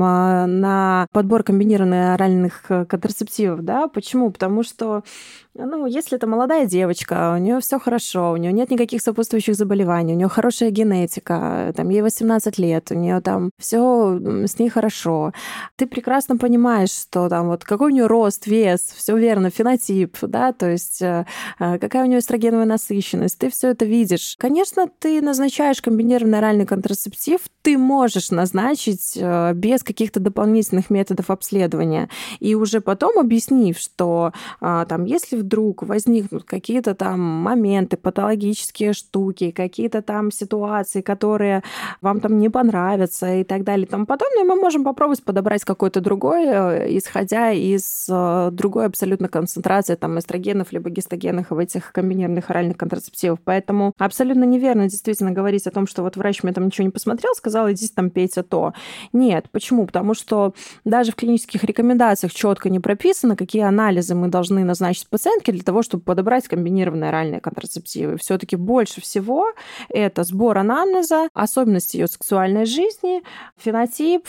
на подбор комбинированных оральных контрацептивов, да? Почему? Потому что ну, если это молодая девочка, у нее все хорошо, у нее нет никаких сопутствующих заболеваний, у нее хорошая генетика, там ей восемнадцать лет, у нее там все с ней хорошо. Ты прекрасно понимаешь, что там вот какой у нее рост, вес, все верно, фенотип, да, то есть какая у нее эстрогеновая насыщенность, ты все это видишь. Конечно, ты назначаешь комбинированный оральный контрацептив, ты можешь назначить без каких-то дополнительных методов обследования. И уже потом объяснив, что там, если вдруг возникнут какие-то там моменты, патологические штуки, какие-то там ситуации, которые вам там не понравятся и так далее и тому подобное, мы можем попробовать подобрать какой-то другой, исходя из другой абсолютно концентрации там эстрогенов либо гистогенов в этих комбинированных оральных контрацептивов. Поэтому абсолютно неверно действительно говорить о том, что вот врач мне там ничего не посмотрел, сказал, идите там пейте то. Нет. Почему? Потому что даже в клинических рекомендациях четко не прописано, какие анализы мы должны назначить пациентке для того, чтобы подобрать комбинированные оральные контрацептивы. Все-таки больше всего это сбор анамнеза, особенности ее сексуальной жизни, фенотип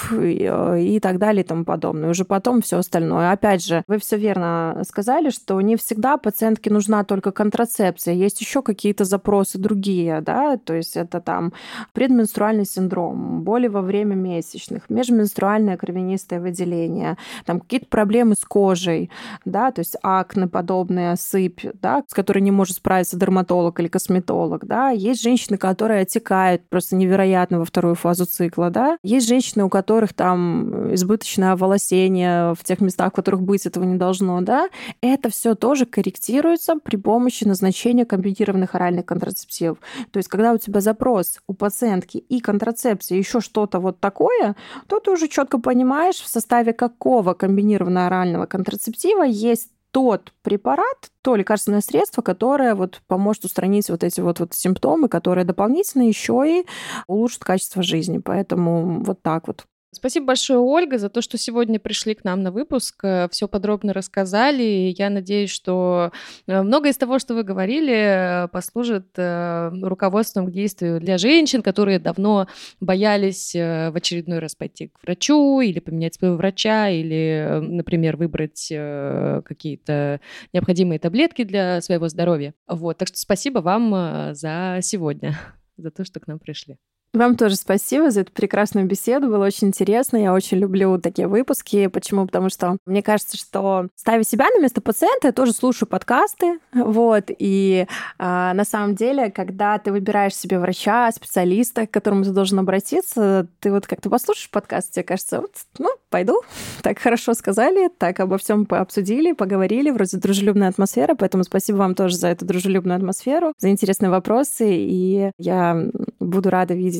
и так далее и тому подобное. Уже потом все остальное. Опять же, вы все верно сказали, что не всегда пациентке нужна только контрацепция. Есть еще какие-то запросы другие, да, то есть это там предменструальный синдром, боли во время месячных, межменструальное кровянистое выделение, там какие-то проблемы с кожей, да, то есть акне, подобная сыпь, да, с которой не может справиться дерматолог или косметолог, да. Есть женщины, которые отекают просто невероятно во вторую фазу цикла, да. Есть женщины, у которых там избыточное оволосение в тех местах, в которых быть этого не должно, да. Это все тоже корректируется при помощи назначения комбинированных оральных контрацептивов. То есть, когда у тебя запрос у пациентки и контрацепция, еще что-то вот такое, то ты уже четко понимаешь, в составе какого комбинированного орального контрацептива есть тот препарат, то лекарственное средство, которое вот поможет устранить вот эти вот, вот симптомы, которые дополнительно еще и улучшат качество жизни. Поэтому вот так вот. Спасибо большое, Ольга, за то, что сегодня пришли к нам на выпуск, все подробно рассказали. Я надеюсь, что многое из того, что вы говорили, послужит руководством к действию для женщин, которые давно боялись в очередной раз пойти к врачу или поменять своего врача, или, например, выбрать какие-то необходимые таблетки для своего здоровья. Вот. Так что спасибо вам за сегодня, за то, что к нам пришли. Вам тоже спасибо за эту прекрасную беседу. Было очень интересно. Я очень люблю такие выпуски. Почему? Потому что мне кажется, что ставя себя на место пациента, я тоже слушаю подкасты. Вот. И а, на самом деле, когда ты выбираешь себе врача, специалиста, к которому ты должен обратиться, ты вот как-то послушаешь подкаст, тебе кажется, вот, ну, пойду. Так хорошо сказали, так обо всем пообсудили, поговорили. Вроде дружелюбная атмосфера. Поэтому спасибо вам тоже за эту дружелюбную атмосферу, за интересные вопросы. И я буду рада видеть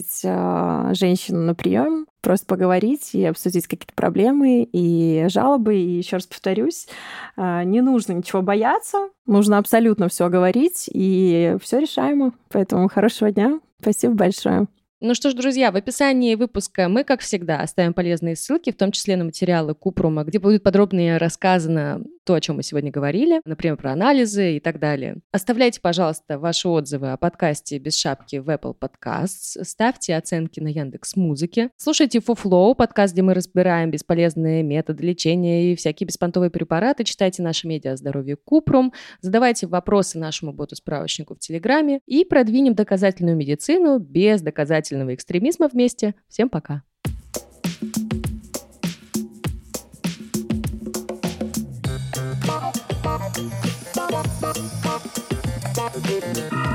женщину на прием, просто поговорить и обсудить какие-то проблемы и жалобы. И еще раз повторюсь, не нужно ничего бояться, нужно абсолютно все говорить, и все решаемо. Поэтому хорошего дня. Спасибо большое. Ну что ж, друзья, в описании выпуска мы, как всегда, оставим полезные ссылки, в том числе на материалы Купрума, где будет подробнее рассказано то, о чем мы сегодня говорили, например, про анализы и так далее. Оставляйте, пожалуйста, ваши отзывы о подкасте «Без шапки» в Apple Podcasts, ставьте оценки на Яндекс.Музыке, слушайте Фуфлоу, подкаст, где мы разбираем бесполезные методы лечения и всякие беспонтовые препараты, читайте наше медиа о здоровье Купрум, задавайте вопросы нашему боту-справочнику в Телеграме и продвинем доказательную медицину без доказательного экстремизма вместе. Всем пока! Thank you.